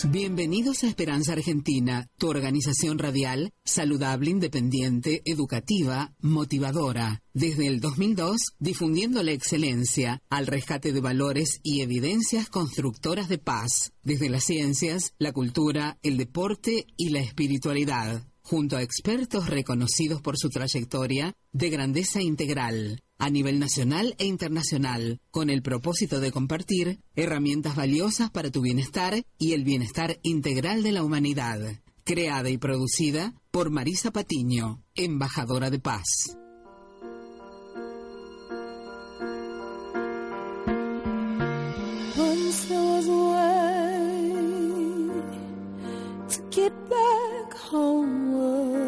Bienvenidos a Esperanza Argentina, tu organización radial, saludable, independiente, educativa, motivadora. Desde el 2002, difundiendo la excelencia al rescate de valores y evidencias constructoras de paz, desde las ciencias, la cultura, el deporte y la espiritualidad, junto a expertos reconocidos por su trayectoria de grandeza integral, a nivel nacional e internacional, con el propósito de compartir herramientas valiosas para tu bienestar y el bienestar integral de la humanidad. Creada y producida por Marisa Patiño, embajadora de paz. Once there was a way to get back homeward.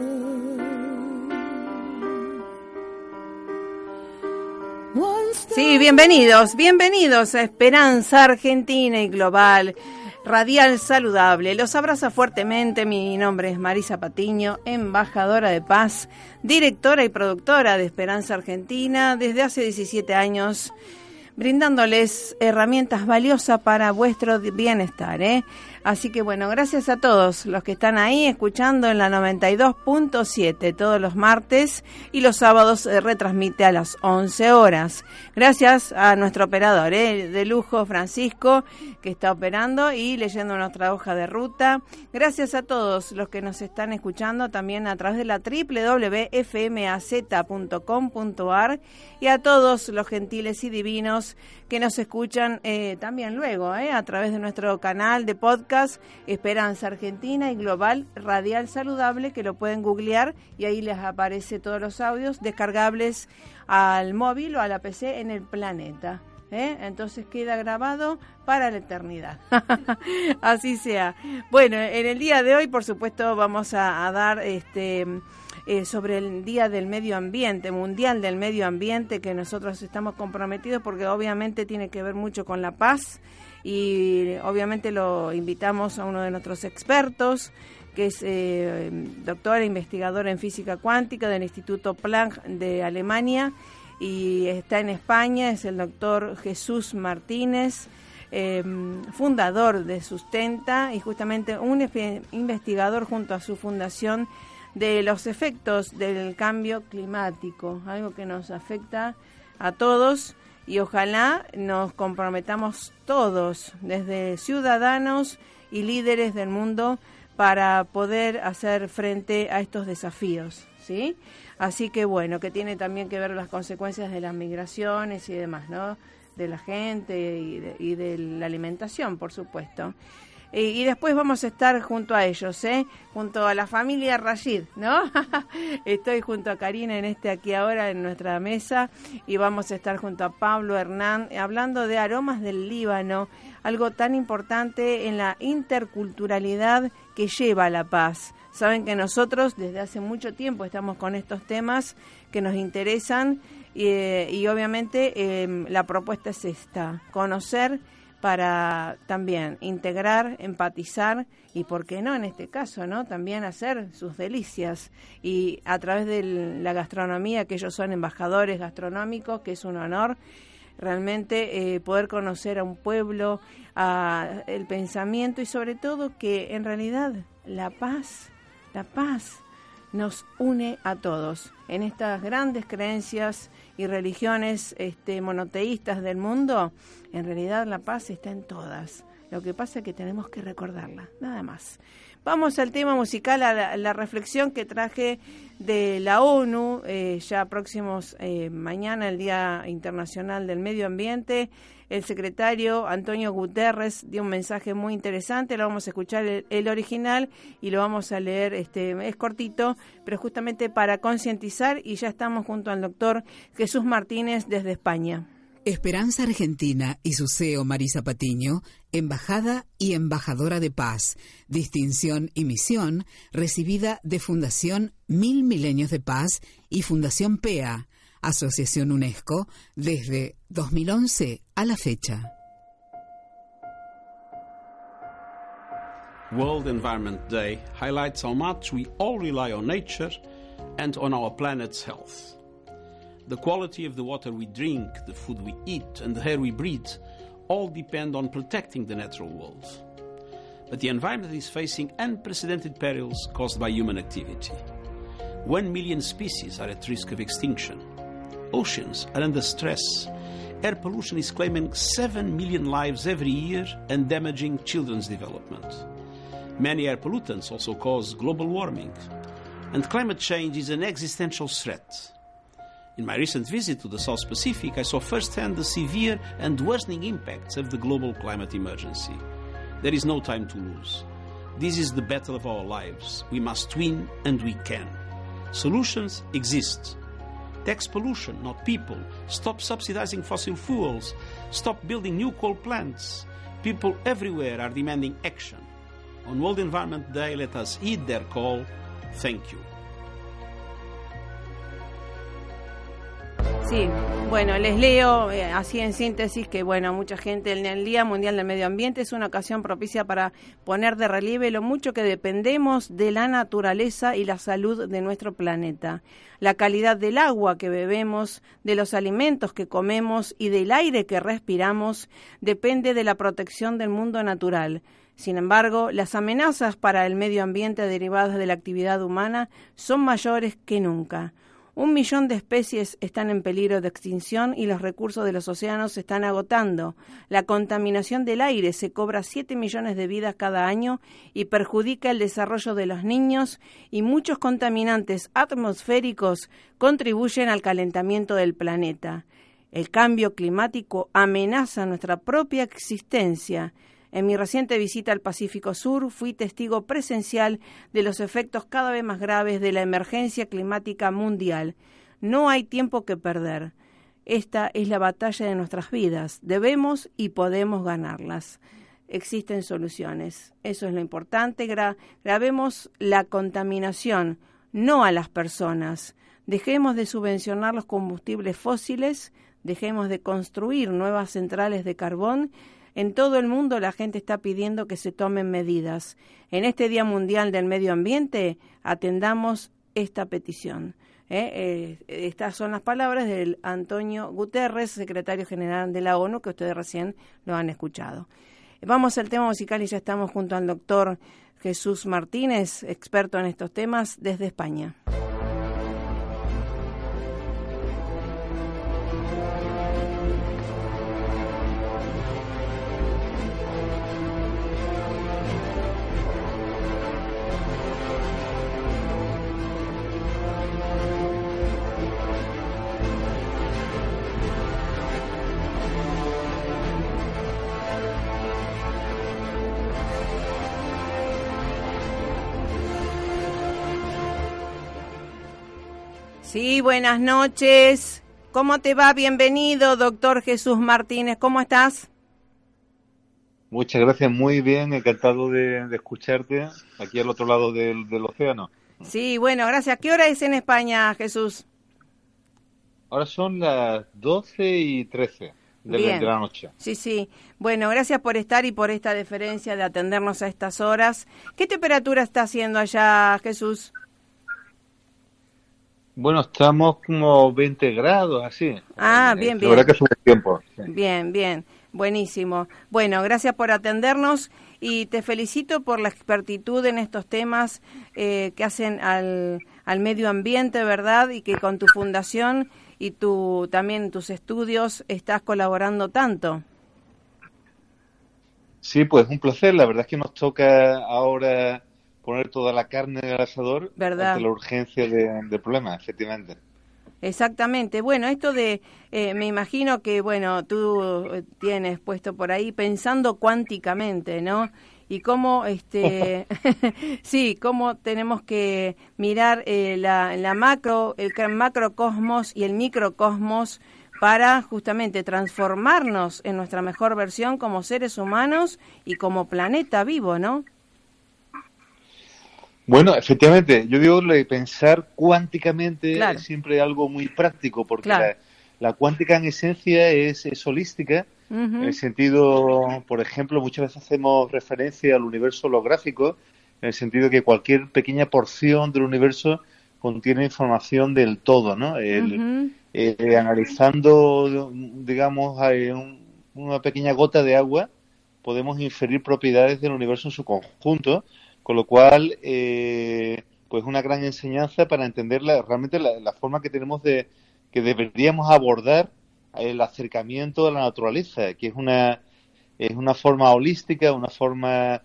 Sí, bienvenidos a Esperanza Argentina y Global, Radial Saludable. Los abraza fuertemente, mi nombre es Marisa Patiño, embajadora de paz, directora y productora de Esperanza Argentina desde hace 17 años, brindándoles herramientas valiosas para vuestro bienestar, Así que bueno, gracias a todos los que están ahí escuchando en la 92.7 todos los martes y los sábados se retransmite a las 11 horas. Gracias a nuestro operador de lujo, Francisco, que está operando y leyendo nuestra hoja de ruta. Gracias a todos los que nos están escuchando también a través de la www.fmaz.com.ar y a todos los gentiles y divinos que nos escuchan también luego a través de nuestro canal de podcast Esperanza Argentina y Global Radial Saludable, que lo pueden googlear y ahí les aparece todos los audios descargables al móvil o a la PC en el planeta. Entonces queda grabado para la eternidad. Así sea. Bueno, en el día de hoy, por supuesto, vamos a dar sobre el Día del Medio Ambiente, Mundial del Medio Ambiente, que nosotros estamos comprometidos porque obviamente tiene que ver mucho con la paz y obviamente lo invitamos a uno de nuestros expertos, que es doctor e investigador en física cuántica del Instituto Planck de Alemania y está en España, es el doctor Jesús Martínez, fundador de Sustenta y justamente un investigador junto a su fundación de los efectos del cambio climático, algo que nos afecta a todos y ojalá nos comprometamos todos, desde ciudadanos y líderes del mundo, para poder hacer frente a estos desafíos, ¿sí? Así que bueno, que tiene también que ver las consecuencias de las migraciones y demás, ¿no? De la gente y de la alimentación, por supuesto. Y después vamos a estar junto a ellos, junto a la familia Rashid, ¿no? Estoy junto a Karina en aquí ahora en nuestra mesa y vamos a estar junto a Pablo Hernán hablando de aromas del Líbano, algo tan importante en la interculturalidad que lleva a la paz. Saben que nosotros desde hace mucho tiempo estamos con estos temas que nos interesan y obviamente la propuesta es esta, conocer para también integrar, empatizar y, ¿por qué no en este caso, no? También hacer sus delicias y a través de la gastronomía, que ellos son embajadores gastronómicos, que es un honor realmente poder conocer a un pueblo, el pensamiento y sobre todo que en realidad la paz nos une a todos en estas grandes creencias y religiones monoteístas del mundo. En realidad la paz está en todas. Lo que pasa es que tenemos que recordarla, nada más. Vamos al tema musical, a la reflexión que traje de la ONU, ya próximos mañana, el Día Internacional del Medio Ambiente. El secretario Antonio Guterres dio un mensaje muy interesante, lo vamos a escuchar el original y lo vamos a leer, es cortito, pero justamente para concientizar, y ya estamos junto al doctor Jesús Martínez desde España. Esperanza Argentina y su CEO Marisa Patiño, embajada y embajadora de paz, distinción y misión recibida de Fundación 1000 Milenios de Paz y Fundación PEA, Asociación UNESCO, desde 2011 a la fecha. World Environment Day highlights how much we all rely on nature and on our planet's health. The quality of the water we drink, the food we eat, and the air we breathe all depend on protecting the natural world. But the environment is facing unprecedented perils caused by human activity. 1 million species are at risk of extinction. Oceans are under stress. Air pollution is claiming 7 million lives every year and damaging children's development. Many air pollutants also cause global warming. And climate change is an existential threat. In my recent visit to the South Pacific, I saw firsthand the severe and worsening impacts of the global climate emergency. There is no time to lose. This is the battle of our lives. We must win, and we can. Solutions exist. Tax pollution, not people. Stop subsidizing fossil fuels. Stop building new coal plants. People everywhere are demanding action. On World Environment Day, let us heed their call. Thank you. Sí, bueno, les leo así en síntesis que, bueno, mucha gente en el Día Mundial del Medio Ambiente es una ocasión propicia para poner de relieve lo mucho que dependemos de la naturaleza y la salud de nuestro planeta. La calidad del agua que bebemos, de los alimentos que comemos y del aire que respiramos depende de la protección del mundo natural. Sin embargo, las amenazas para el medio ambiente derivadas de la actividad humana son mayores que nunca. 1 millón de especies están en peligro de extinción y los recursos de los océanos se están agotando. La contaminación del aire se cobra 7 millones de vidas cada año y perjudica el desarrollo de los niños, y muchos contaminantes atmosféricos contribuyen al calentamiento del planeta. El cambio climático amenaza nuestra propia existencia. En mi reciente visita al Pacífico Sur fui testigo presencial de los efectos cada vez más graves de la emergencia climática mundial. No hay tiempo que perder. Esta es la batalla de nuestras vidas. Debemos y podemos ganarlas. Existen soluciones. Eso es lo importante. Grabemos la contaminación, no a las personas. Dejemos de subvencionar los combustibles fósiles. Dejemos de construir nuevas centrales de carbón. En todo el mundo la gente está pidiendo que se tomen medidas. En este Día Mundial del Medio Ambiente, atendamos esta petición. Estas son las palabras de Antonio Guterres, secretario general de la ONU, que ustedes recién lo han escuchado. Vamos al tema musical y ya estamos junto al doctor Jesús Martínez, experto en estos temas desde España. Sí, buenas noches. ¿Cómo te va? Bienvenido, doctor Jesús Martínez. ¿Cómo estás? Muchas gracias, muy bien, encantado de escucharte aquí al otro lado del océano. Sí, bueno, gracias. ¿Qué hora es en España, Jesús? Ahora son las 12:13 de la noche. Sí, sí. Bueno, gracias por estar y por esta deferencia de atendernos a estas horas. ¿Qué temperatura está haciendo allá, Jesús? Bueno, estamos como 20 grados, así. Ah, bien, bien. La verdad que sube el tiempo. Sí. Bien, bien. Buenísimo. Bueno, gracias por atendernos y te felicito por la expertitud en estos temas que hacen al medio ambiente, ¿verdad? Y que con tu fundación y también tus estudios estás colaborando tanto. Sí, pues un placer. La verdad es que nos toca ahora poner toda la carne en el asador, ¿verdad? Ante la urgencia del problema, efectivamente. Exactamente. Bueno, esto de, me imagino que, bueno, tú tienes puesto por ahí pensando cuánticamente, ¿no? Y cómo, sí, cómo tenemos que mirar el macrocosmos y el microcosmos para justamente transformarnos en nuestra mejor versión como seres humanos y como planeta vivo, ¿no? Bueno, efectivamente, yo digo lo de pensar cuánticamente claro. Es siempre algo muy práctico, porque claro. la cuántica en esencia es holística, en el sentido, por ejemplo, muchas veces hacemos referencia al universo holográfico, en el sentido que cualquier pequeña porción del universo contiene información del todo, ¿no? Analizando, digamos, una pequeña gota de agua, podemos inferir propiedades del universo en su conjunto, con lo cual, pues una gran enseñanza para entender realmente la forma que tenemos que deberíamos abordar el acercamiento a la naturaleza, que es una forma holística, una forma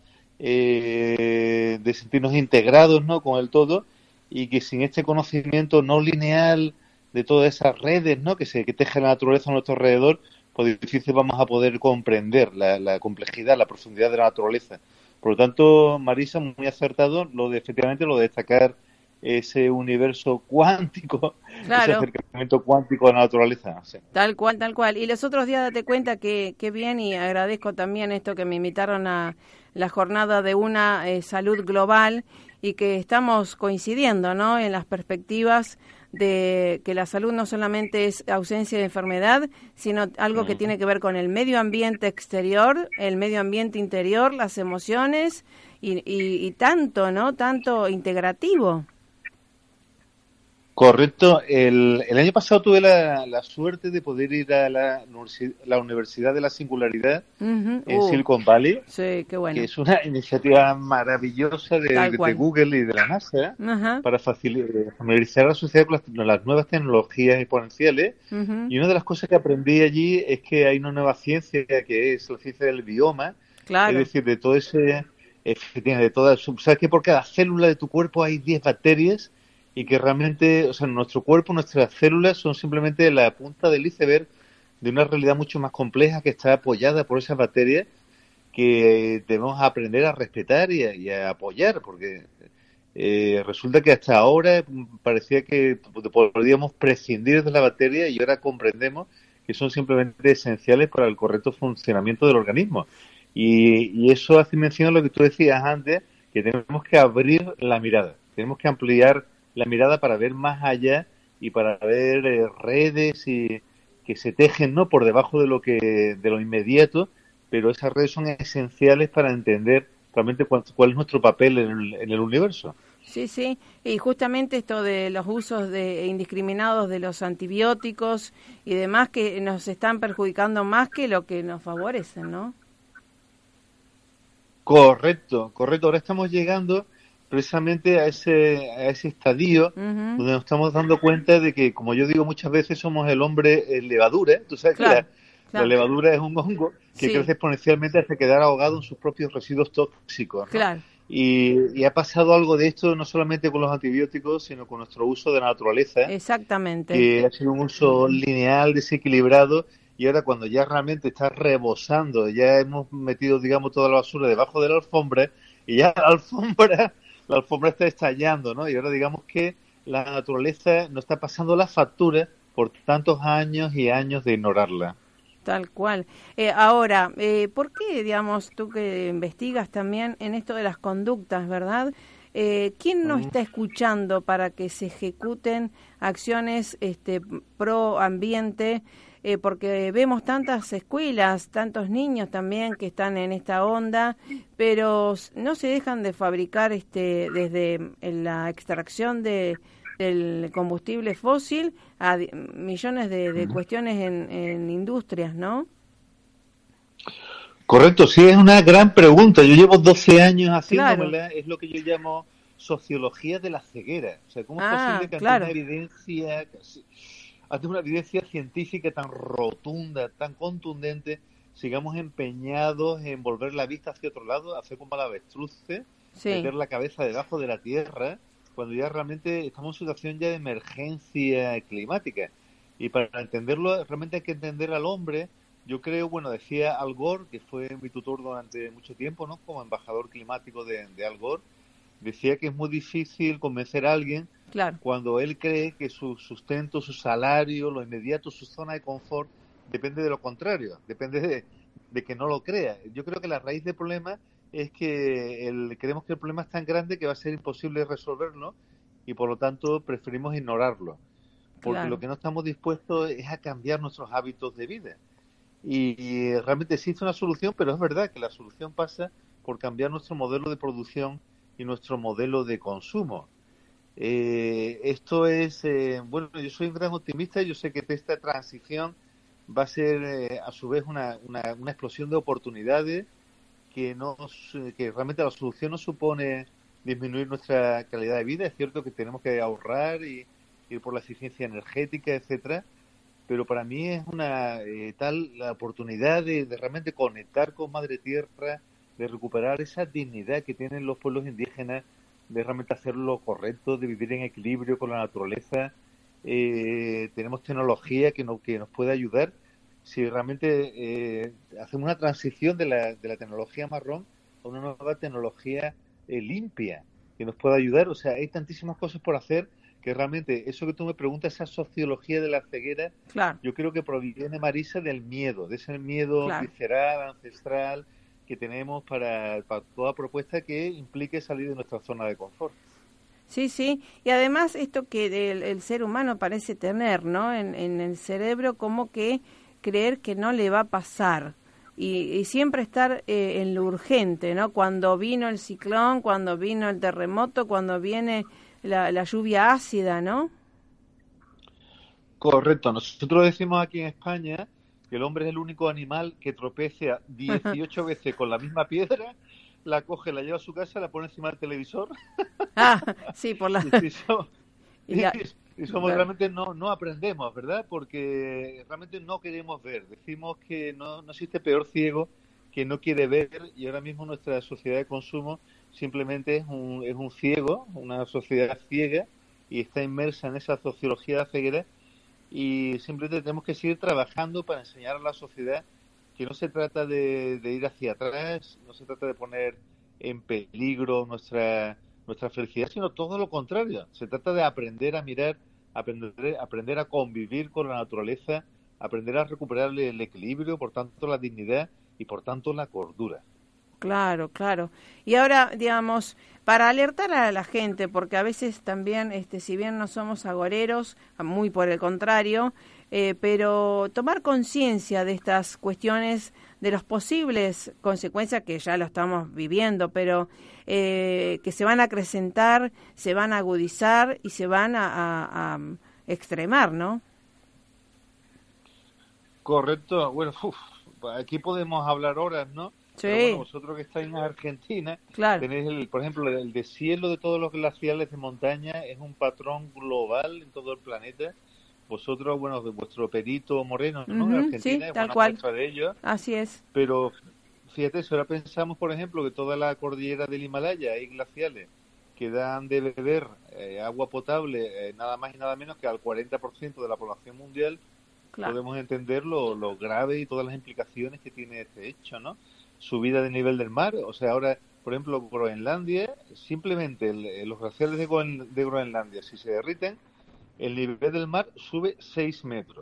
de sentirnos integrados, ¿no?, con el todo, y que sin este conocimiento no lineal de todas esas redes, ¿no?, que teje la naturaleza a nuestro alrededor, pues difícil vamos a poder comprender la complejidad, la profundidad de la naturaleza. Por lo tanto, Marisa, muy acertado efectivamente lo de destacar ese universo cuántico, claro, ese acercamiento cuántico a la naturaleza. Sí. Tal cual, tal cual. Y los otros días date cuenta que bien, y agradezco también esto que me invitaron a la jornada de una salud global, y que estamos coincidiendo, ¿no?, en las perspectivas de que la salud no solamente es ausencia de enfermedad, sino algo que tiene que ver con el medio ambiente exterior, el medio ambiente interior, las emociones y tanto, ¿no?, tanto integrativo. Correcto. El año pasado tuve la suerte de poder ir a la Universidad de la Singularidad en Silicon Valley, sí, qué bueno, que es una iniciativa maravillosa de Google y de la NASA para familiarizar a la sociedad con las nuevas tecnologías exponenciales. Y una de las cosas que aprendí allí es que hay una nueva ciencia que es la ciencia del bioma, claro, es decir, de todo ese... ¿Sabes que por cada célula de tu cuerpo hay 10 bacterias? Y que realmente, o sea, nuestro cuerpo, nuestras células son simplemente la punta del iceberg de una realidad mucho más compleja que está apoyada por esas bacterias que debemos aprender a respetar y a apoyar, porque resulta que hasta ahora parecía que podríamos prescindir de la bacteria y ahora comprendemos que son simplemente esenciales para el correcto funcionamiento del organismo. Y eso hace mención a lo que tú decías antes, que tenemos que abrir la mirada, tenemos que ampliar la mirada para ver más allá y para ver redes que se tejen, ¿no?, por debajo de lo inmediato, pero esas redes son esenciales para entender realmente cuál es nuestro papel en el universo. Sí, sí, y justamente esto de los usos indiscriminados de los antibióticos y demás, que nos están perjudicando más que lo que nos favorecen, ¿no? Correcto. Ahora estamos llegando precisamente a ese estadio donde nos estamos dando cuenta de que, como yo digo muchas veces, somos el hombre levadura. Tú sabes que la levadura es un hongo que crece exponencialmente hasta quedar ahogado en sus propios residuos tóxicos, ¿no? Claro. Y ha pasado algo de esto no solamente con los antibióticos, sino con nuestro uso de la naturaleza. Exactamente. Que ha sido un uso lineal, desequilibrado, y ahora cuando ya realmente está rebosando, ya hemos metido, digamos, toda la basura debajo de la alfombra, y ya la alfombra está estallando, ¿no? Y ahora digamos que la naturaleza nos está pasando la factura por tantos años y años de ignorarla. Tal cual. Ahora, ¿por qué, digamos, tú que investigas también en esto de las conductas, verdad? ¿Quién no está escuchando para que se ejecuten acciones pro ambiente? Porque vemos tantas escuelas, tantos niños también que están en esta onda, pero no se dejan de fabricar desde la extracción del combustible fósil a millones de cuestiones en industrias, ¿no? Correcto, sí, es una gran pregunta. Yo llevo 12 años haciéndomela, es lo que yo llamo sociología de la ceguera. O sea, ¿cómo es posible que ante una evidencia científica tan rotunda, tan contundente, sigamos empeñados en volver la vista hacia otro lado, hacer como el avestruz, meter la cabeza debajo de la tierra, cuando ya realmente estamos en situación ya de emergencia climática? Y para entenderlo, realmente hay que entender al hombre. Yo creo, bueno, decía Al Gore, que fue mi tutor durante mucho tiempo, ¿no?, como embajador climático de Al Gore, decía que es muy difícil convencer a alguien cuando él cree que su sustento, su salario, lo inmediato, su zona de confort, depende de lo contrario, depende de que no lo crea. Yo creo que la raíz del problema es que creemos que el problema es tan grande que va a ser imposible resolverlo y por lo tanto preferimos ignorarlo, porque lo que no estamos dispuestos es a cambiar nuestros hábitos de vida. Y realmente existe una solución, pero es verdad que la solución pasa por cambiar nuestro modelo de producción y nuestro modelo de consumo. Esto es, bueno, yo soy un gran optimista, yo sé que esta transición va a ser a su vez una explosión de oportunidades que realmente la solución no supone disminuir nuestra calidad de vida. Es cierto que tenemos que ahorrar y ir por la eficiencia energética, etcétera, pero para mí es una la oportunidad de realmente conectar con Madre Tierra, de recuperar esa dignidad que tienen los pueblos indígenas, de realmente hacer lo correcto, de vivir en equilibrio con la naturaleza. Tenemos tecnología que nos puede ayudar. Si realmente hacemos una transición de la tecnología marrón a una nueva tecnología limpia que nos pueda ayudar. O sea, hay tantísimas cosas por hacer que realmente eso que tú me preguntas, esa sociología de la ceguera, claro, yo creo que proviene, Marisa, del miedo, de ese miedo claro, visceral, ancestral que tenemos para toda propuesta que implique salir de nuestra zona de confort. Sí, sí, y además esto que el ser humano parece tener, ¿no? En el cerebro, como que creer que no le va a pasar y siempre estar en lo urgente, ¿no? Cuando vino el ciclón, cuando vino el terremoto, cuando viene la lluvia ácida, ¿no? Correcto. Nosotros decimos aquí en España que el hombre es el único animal que tropeza 18 veces con la misma piedra, la coge, la lleva a su casa, la pone encima del televisor. Ah, sí, por la... Y somos realmente no aprendemos, ¿verdad? Porque realmente no queremos ver. Decimos que no existe peor ciego que no quiere ver, y ahora mismo nuestra sociedad de consumo simplemente es un ciego, una sociedad ciega, y está inmersa en esa sociología de la ceguera, y simplemente tenemos que seguir trabajando para enseñar a la sociedad que no se trata de ir hacia atrás, no se trata de poner en peligro nuestra felicidad, sino todo lo contrario. Se trata de aprender a mirar, aprender a convivir con la naturaleza, aprender a recuperar el equilibrio, por tanto la dignidad y por tanto la cordura. Claro, claro. Y ahora, digamos, para alertar a la gente, porque a veces también, si bien no somos agoreros, muy por el contrario, pero tomar conciencia de estas cuestiones, de las posibles consecuencias que ya lo estamos viviendo, pero que se van a acrecentar, se van a agudizar y se van a extremar, ¿no? Correcto. Bueno, aquí podemos hablar horas, ¿no? Sí. Pero bueno, vosotros que estáis en Argentina, claro, tenéis, por ejemplo, el deshielo de todos los glaciares de montaña es un patrón global en todo el planeta. Vosotros, bueno, de vuestro Perito Moreno, ¿no? En Argentina, sí, es tal una cual. muestra de ello. Así es. Pero fíjate, si ahora pensamos, por ejemplo, que toda la cordillera del Himalaya hay glaciales que dan de beber agua potable nada más y nada menos que al 40% de la población mundial, claro, podemos entender lo grave y todas las implicaciones que tiene este hecho, ¿no? Subida del nivel del mar. O sea, ahora, por ejemplo, Groenlandia, simplemente los glaciares de Groenlandia, si se derriten, el nivel del mar sube 6 metros.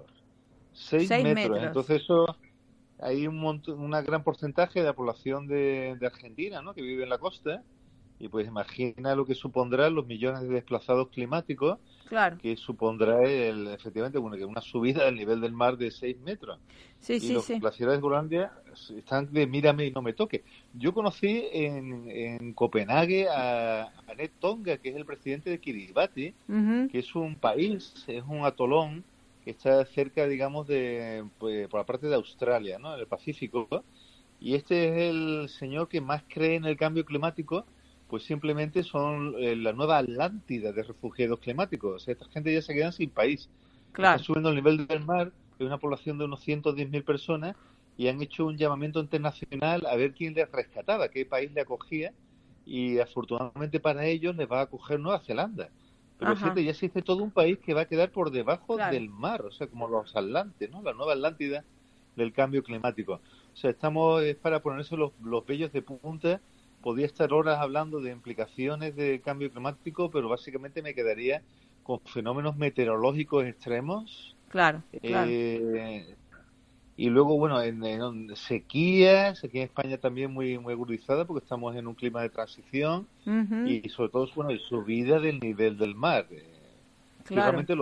6 metros. Entonces eso, hay una gran porcentaje de la población de Argentina, ¿no?, que vive en la costa, y pues imagina lo que supondrá los millones de desplazados climáticos, claro, que supondrá efectivamente que una subida del nivel del mar de 6 metros. Sí, y los glaciares de Groenlandia están de mírame y no me toque. Yo conocí en Copenhague a Ned Tonga, que es el presidente de Kiribati, que es un país, es un atolón que está cerca, digamos, por la parte de Australia, ¿no?, en el Pacífico, y este es el señor que más cree en el cambio climático. Pues simplemente son la nueva Atlántida de refugiados climáticos. O sea, esta gente ya se quedan sin país. Claro. Está subiendo el nivel del mar, es una población de unos 110.000 personas, y han hecho un llamamiento internacional a ver quién les rescataba, qué país le acogía, y afortunadamente para ellos les va a acoger Nueva Zelanda. Pero fíjate, ya existe todo un país que va a quedar por debajo del mar, o sea, como los Atlantes, ¿no? La nueva Atlántida del cambio climático. O sea, es para ponerse los vellos de punta. Podría estar horas hablando de implicaciones del cambio climático, pero básicamente me quedaría con fenómenos meteorológicos extremos. Claro. Y luego, bueno, en sequía en España también muy muy agudizada, porque estamos en un clima de transición, y sobre todo, bueno, subida del nivel del mar. Claro. Realmente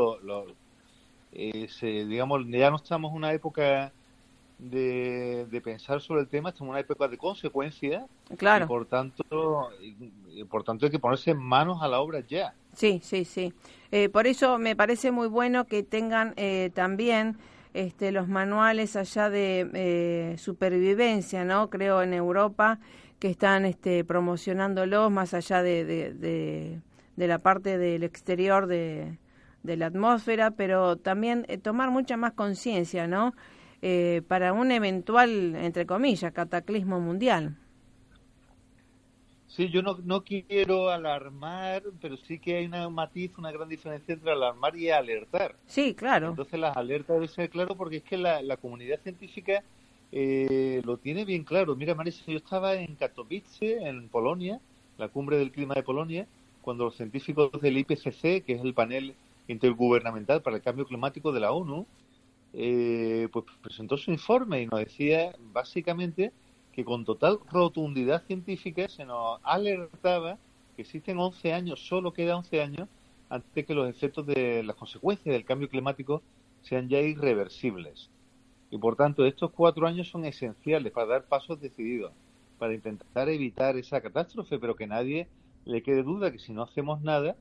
digamos, ya no estamos en una época de pensar sobre el tema, estamos en una época de consecuencias, claro, y por tanto hay que ponerse manos a la obra ya. Sí. Por eso me parece muy bueno que tengan también los manuales allá de supervivencia, ¿no? Creo en Europa que están promocionándolos más allá de la parte del exterior de la atmósfera, pero también tomar mucha más conciencia, ¿no? Para un eventual, entre comillas, cataclismo mundial. Sí, yo no quiero alarmar, pero sí que hay un matiz, una gran diferencia entre alarmar y alertar. Sí, claro. Entonces las alertas deben ser claro porque es que la comunidad científica lo tiene bien claro. Mira, Marisa, yo estaba en Katowice, en Polonia, la cumbre del clima de Polonia, cuando los científicos del IPCC, que es el panel intergubernamental para el cambio climático de la ONU, pues presentó su informe y nos decía básicamente que con total rotundidad científica se nos alertaba que existen 11 años, solo queda 11 años, antes de que los efectos de las consecuencias del cambio climático sean ya irreversibles. Y por tanto, estos 4 años son esenciales para dar pasos decididos, para intentar evitar esa catástrofe, pero que nadie le quede duda que si no hacemos nada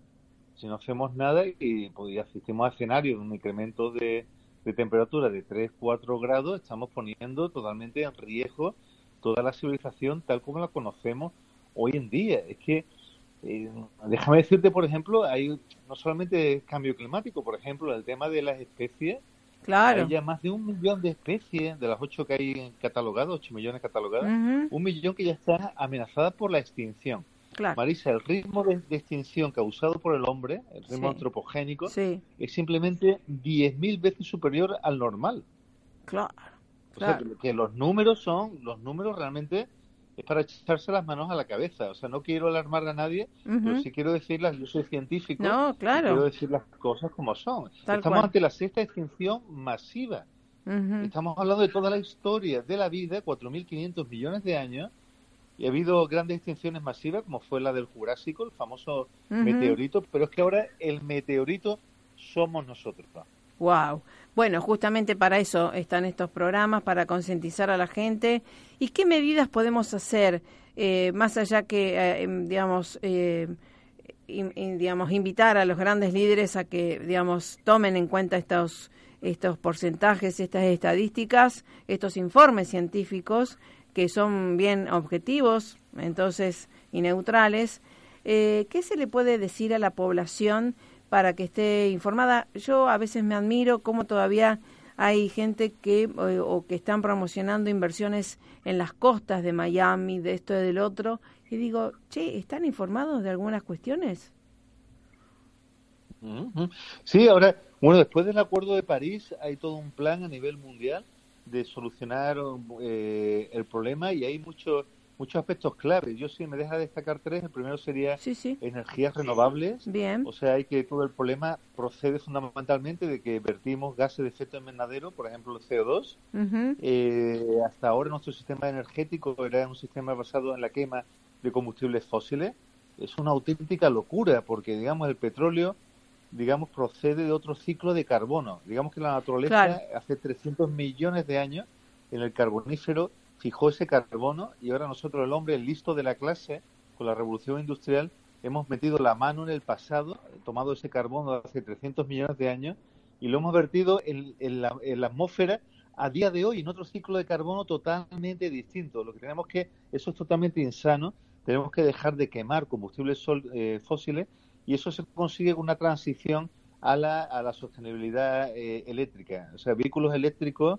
y pues, asistimos a escenarios de un incremento de temperatura de 3-4 grados, estamos poniendo totalmente en riesgo toda la civilización tal como la conocemos hoy en día. Es que, déjame decirte, por ejemplo, hay no solamente cambio climático, por ejemplo, el tema de las especies. Claro. Hay ya más de 1 millón de especies, de las 8 que hay catalogadas, 8 millones catalogadas, 1 millón que ya están amenazadas por la extinción. Claro. Marisa, el ritmo de extinción causado por el hombre, el ritmo antropogénico, es simplemente 10.000 veces superior al normal. Claro. O sea, que los números realmente es para echarse las manos a la cabeza. O sea, no quiero alarmar a nadie, pero sí quiero decirlas, yo soy científico, y quiero decir las cosas como son. Estamos ante la 6ª extinción masiva. Estamos hablando de toda la historia de la vida, 4.500 millones de años, y ha habido grandes extinciones masivas, como fue la del Jurásico, el famoso meteorito, pero es que ahora el meteorito somos nosotros. Wow. Bueno, justamente para eso están estos programas, para concientizar a la gente. ¿Y qué medidas podemos hacer, más allá que, digamos, invitar a los grandes líderes a que, digamos, tomen en cuenta estos porcentajes, estas estadísticas, estos informes científicos que son bien objetivos, entonces, y neutrales? ¿Qué se le puede decir a la población para que esté informada? Yo a veces me admiro cómo todavía hay gente que están promocionando inversiones en las costas de Miami, de esto y del otro, y digo, che, ¿están informados de algunas cuestiones? Sí, ahora, bueno, después del Acuerdo de París hay todo un plan a nivel mundial de solucionar el problema, y hay muchos aspectos claves. Yo sí me deja destacar 3. El primero sería energías renovables. Bien. O sea, hay que todo el problema procede fundamentalmente de que vertimos gases de efecto invernadero, por ejemplo el CO2. Hasta ahora nuestro sistema energético era un sistema basado en la quema de combustibles fósiles. Es una auténtica locura porque, digamos, el petróleo, digamos, procede de otro ciclo de carbono. Digamos que la naturaleza hace 300 millones de años en el Carbonífero fijó ese carbono, y ahora nosotros, el hombre, el listo de la clase, con la revolución industrial, hemos metido la mano en el pasado, tomado ese carbono de hace 300 millones de años y lo hemos vertido en la atmósfera a día de hoy, en otro ciclo de carbono totalmente distinto. Lo que tenemos que, eso es totalmente insano, tenemos que dejar de quemar combustibles fósiles, y eso se consigue con una transición a la sostenibilidad eléctrica, o sea, vehículos eléctricos,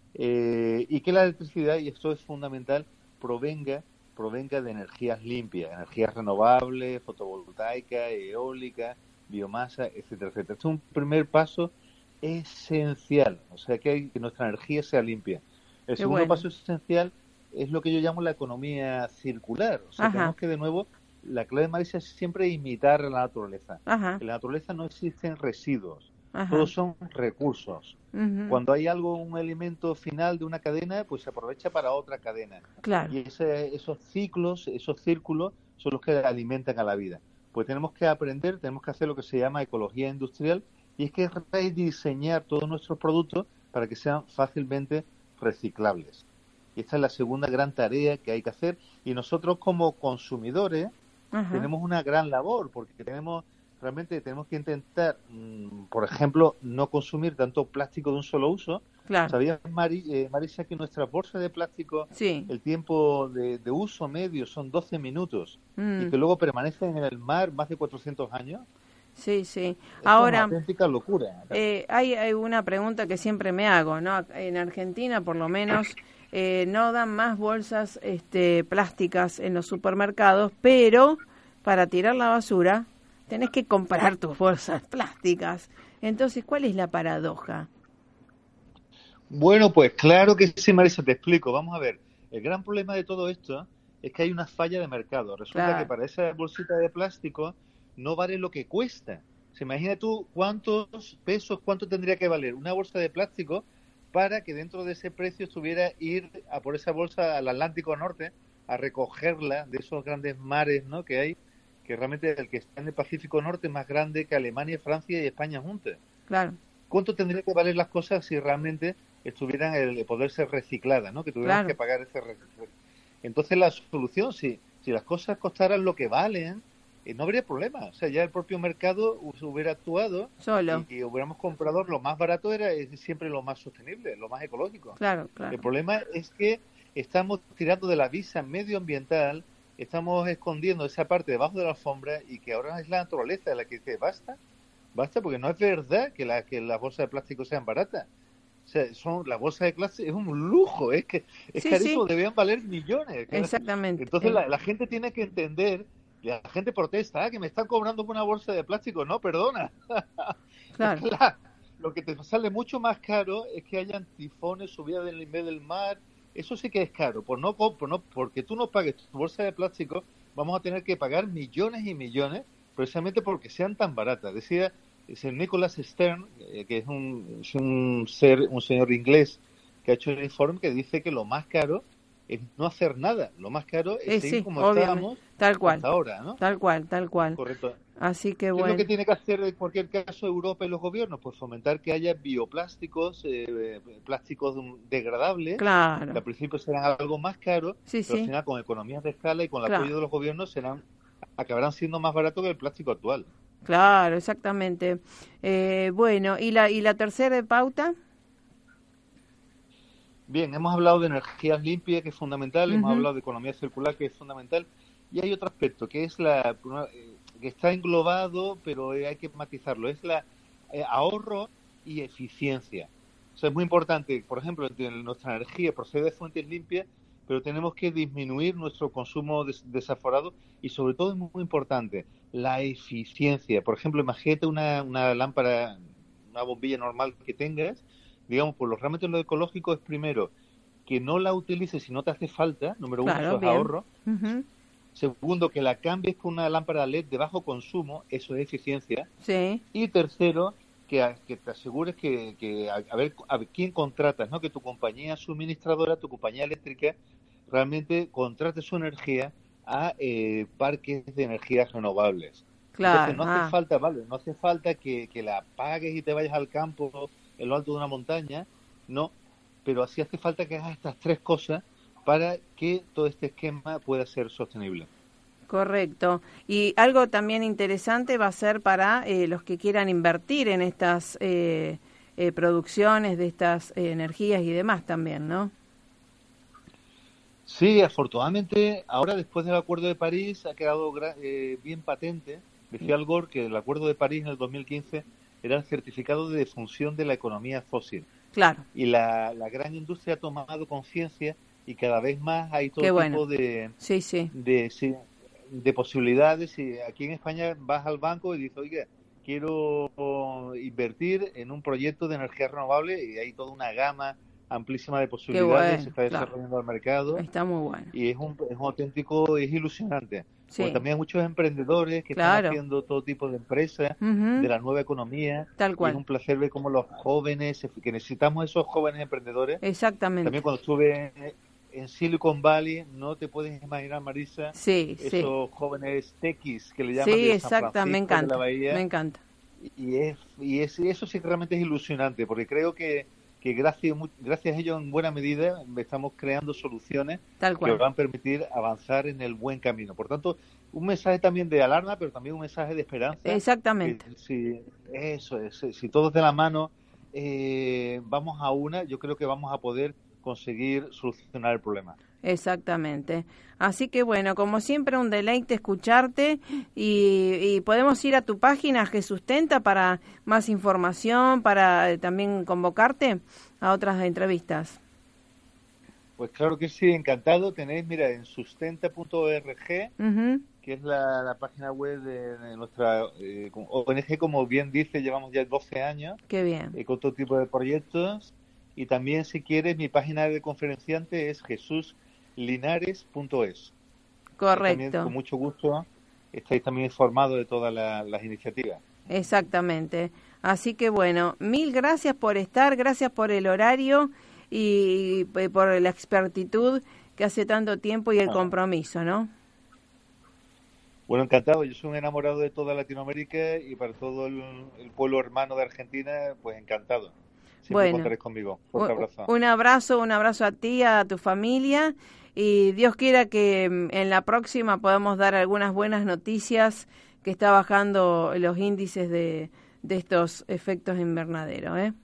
y que la electricidad, y esto es fundamental, provenga de energías limpias, energías renovables, fotovoltaica, eólica, biomasa, etcétera, etcétera. Este es un primer paso esencial, o sea, que nuestra energía sea limpia. El segundo paso esencial es lo que yo llamo la economía circular. O sea, tenemos que, de nuevo, la clave, Marisa, es siempre imitar a la naturaleza. En la naturaleza no existen residuos, todos son recursos. Cuando hay un elemento final de una cadena, pues se aprovecha para otra cadena. Y esos ciclos, esos círculos, son los que alimentan a la vida. Pues tenemos que aprender, tenemos que hacer lo que se llama ecología industrial, y es que rediseñar todos nuestros productos para que sean fácilmente reciclables. Y esta es la segunda gran tarea que hay que hacer, y nosotros como consumidores tenemos una gran labor, porque tenemos realmente tenemos que intentar, por ejemplo, no consumir tanto plástico de un solo uso. Claro. ¿Sabías, Marisa, que nuestras bolsas de plástico, Sí. el tiempo de uso medio son 12 minutos y Mm. que luego permanecen en el mar más de 400 años? Sí, sí. Es Ahora, una auténtica locura. hay una pregunta que siempre me hago, ¿no? En Argentina, por lo menos, no dan más bolsas plásticas en los supermercados, pero para tirar la basura tenés que comprar tus bolsas plásticas. Entonces, ¿cuál es la paradoja? Bueno, pues claro que sí, Marisa, te explico. Vamos a ver, el gran problema de todo esto es que hay una falla de mercado. Resulta Claro. que para esa bolsita de plástico no vale lo que cuesta. Se imagina tú cuántos pesos, cuánto tendría que valer una bolsa de plástico para que dentro de ese precio estuviera ir a por esa bolsa al Atlántico Norte a recogerla de esos grandes mares, ¿no?, que hay, que realmente el que está en el Pacífico Norte es más grande que Alemania, Francia y España juntas. Claro. ¿Cuánto tendría que valer las cosas si realmente estuvieran el poder ser recicladas, ¿no? Que tuviéramos Claro. que pagar ese reciclaje. Entonces la solución, si las cosas costaran lo que valen, no habría problema. O sea, ya el propio mercado hubiera actuado Solo. y hubiéramos comprado lo más barato, es siempre lo más sostenible, lo más ecológico. Claro, claro. El problema es que estamos tirando de la visa medioambiental, estamos escondiendo esa parte debajo de la alfombra y que ahora es la naturaleza la que dice basta, porque no es verdad que las bolsas de plástico sean baratas. O sea, las bolsas de plástico es un lujo, es Sí, carísimo, sí. deberían valer millones. Exactamente. Entonces la gente tiene que entender, y la gente protesta, que me están cobrando por una bolsa de plástico. No, perdona. Claro. Lo que te sale mucho más caro es que hayan tifones, subida del nivel del mar. Eso sí que es caro. Porque tú no pagues tu bolsa de plástico, vamos a tener que pagar millones y millones, precisamente porque sean tan baratas. Decía el Nicholas Stern, que es un señor inglés que ha hecho el informe, que dice que lo más caro es no hacer nada. Lo más caro es seguir Sí, como obviamente. estábamos Tal cual. hasta ahora, ¿no? Tal cual, tal cual. Correcto. Así que ¿Qué es bueno. lo que tiene que hacer en cualquier caso Europa y los gobiernos? Pues fomentar que haya bioplásticos, plásticos degradables, Claro. que al principio serán algo más caros, Sí, pero al sí. final con economías de escala y con el Claro. apoyo de los gobiernos acabarán siendo más baratos que el plástico actual. Claro, exactamente. Bueno, ¿y la tercera pauta? Bien, hemos hablado de energías limpias, que es fundamental, hemos Ujú. hablado de economía circular, que es fundamental, y hay otro aspecto que es que está englobado, pero hay que matizarlo, es la ahorro y eficiencia. O sea, es muy importante, por ejemplo, nuestra energía procede de fuentes limpias, pero tenemos que disminuir nuestro consumo desaforado y sobre todo es muy importante la eficiencia. Por ejemplo, imagínate una lámpara, una bombilla normal que tengas, digamos, pues realmente lo ecológico es primero que no la utilices si no te hace falta, número uno, Claro, eso es bien. ahorro. Ujú. Segundo, que la cambies por una lámpara LED de bajo consumo, eso es eficiencia. Sí, Y tercero, que te asegures que a ver quién contratas, ¿no? Que tu compañía suministradora, tu compañía eléctrica, realmente contrate su energía a parques de energías renovables. claro. Entonces no hace falta, vale, no hace falta que la pagues y te vayas al campo en lo alto de una montaña, no, pero sí hace falta que hagas estas tres cosas para que todo este esquema pueda ser sostenible. Correcto. Y algo también interesante va a ser para los que quieran invertir en estas producciones de estas energías y demás también, ¿no? Sí, afortunadamente, ahora después del Acuerdo de París ha quedado bien patente. Decía Al Gore que el Acuerdo de París en el 2015 era el certificado de defunción de la economía fósil. Claro. Y la gran industria ha tomado conciencia y cada vez más hay todo Qué tipo bueno. de posibilidades. Y aquí en España vas al banco y dices, oiga, quiero invertir en un proyecto de energía renovable y hay toda una gama amplísima de posibilidades, bueno, se está desarrollando el mercado. Está muy bueno. Y es un auténtico, es ilusionante. Sí. Porque también hay muchos emprendedores que están haciendo todo tipo de empresas de la nueva economía. Tal cual. Y es un placer ver cómo los jóvenes, que necesitamos esos jóvenes emprendedores. Exactamente. También cuando estuve en Silicon Valley, no te puedes imaginar, Marisa, esos jóvenes techies que le llaman de San Francisco, me encanta, de la Bahía. Me encanta. Y eso sí que realmente es ilusionante, porque creo que que gracias a ello, en buena medida, estamos creando soluciones Tal cual. que van a permitir avanzar en el buen camino. Por tanto, un mensaje también de alarma, pero también un mensaje de esperanza. Exactamente. Si todos de la mano vamos a una, yo creo que vamos a poder conseguir solucionar el problema. Exactamente. Así que bueno, como siempre, un deleite escucharte y podemos ir a tu página Jesustenta para más información, para también convocarte a otras entrevistas. Pues claro que sí, encantado. Tenéis, mira, en sustenta.org, que es la página web de nuestra ONG, como bien dice, llevamos ya 12 años. Qué bien. Con todo tipo de proyectos. Y también, si quieres, mi página de conferenciante es jesuslinares.es. Correcto. También, con mucho gusto, estáis también informados de todas las iniciativas. Exactamente. Así que bueno, mil gracias por estar, gracias por el horario y por la expertitud que hace tanto tiempo y el compromiso, ¿no? Bueno, encantado. Yo soy un enamorado de toda Latinoamérica y para todo el pueblo hermano de Argentina, pues encantado. Siempre contaréis conmigo. Fuerte abrazo. Un abrazo a ti, a tu familia, y Dios quiera que en la próxima podamos dar algunas buenas noticias, que está bajando los índices de estos efectos invernaderos, ¿eh?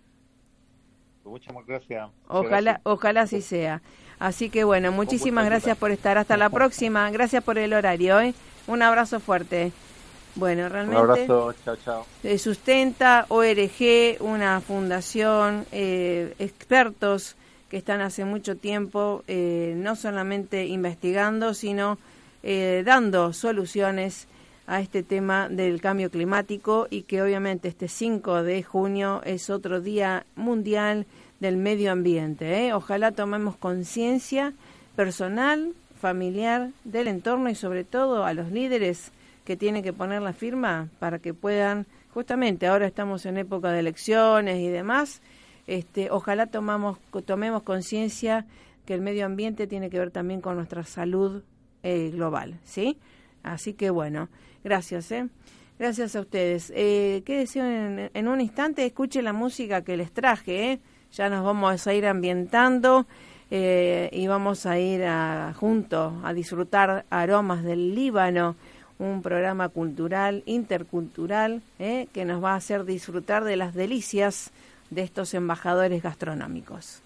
Muchas gracias. Ojalá así sea. Así que bueno, muchísimas gracias por estar. Hasta la próxima. Gracias por el horario, ¿eh? Un abrazo fuerte. Bueno, realmente. Un abrazo, chao. Sustenta ORG, una fundación, expertos que están hace mucho tiempo no solamente investigando, sino dando soluciones a este tema del cambio climático, y que obviamente este 5 de junio es otro día mundial del medio ambiente, ¿eh? Ojalá tomemos conciencia personal, familiar, del entorno, y sobre todo a los líderes que tienen que poner la firma para que puedan, justamente ahora estamos en época de elecciones y demás, ojalá tomemos conciencia que el medio ambiente tiene que ver también con nuestra salud global, ¿sí? Así que bueno, gracias, gracias a ustedes. Quédense en un instante, escuche la música que les traje, ya nos vamos a ir ambientando y vamos a ir juntos a disfrutar Aromas del Líbano, un programa cultural, intercultural, que nos va a hacer disfrutar de las delicias de estos embajadores gastronómicos.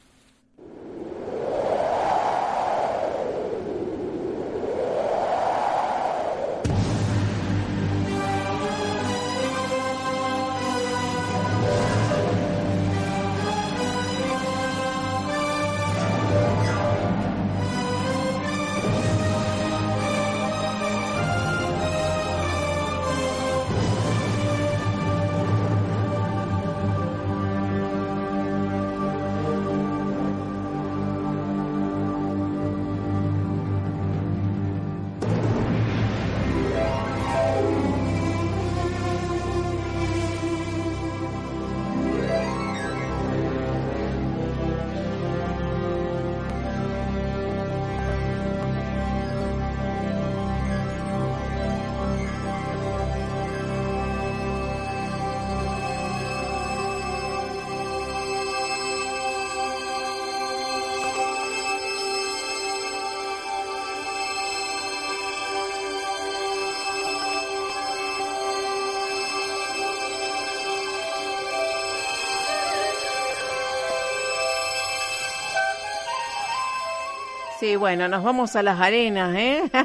Sí, bueno, nos vamos a las arenas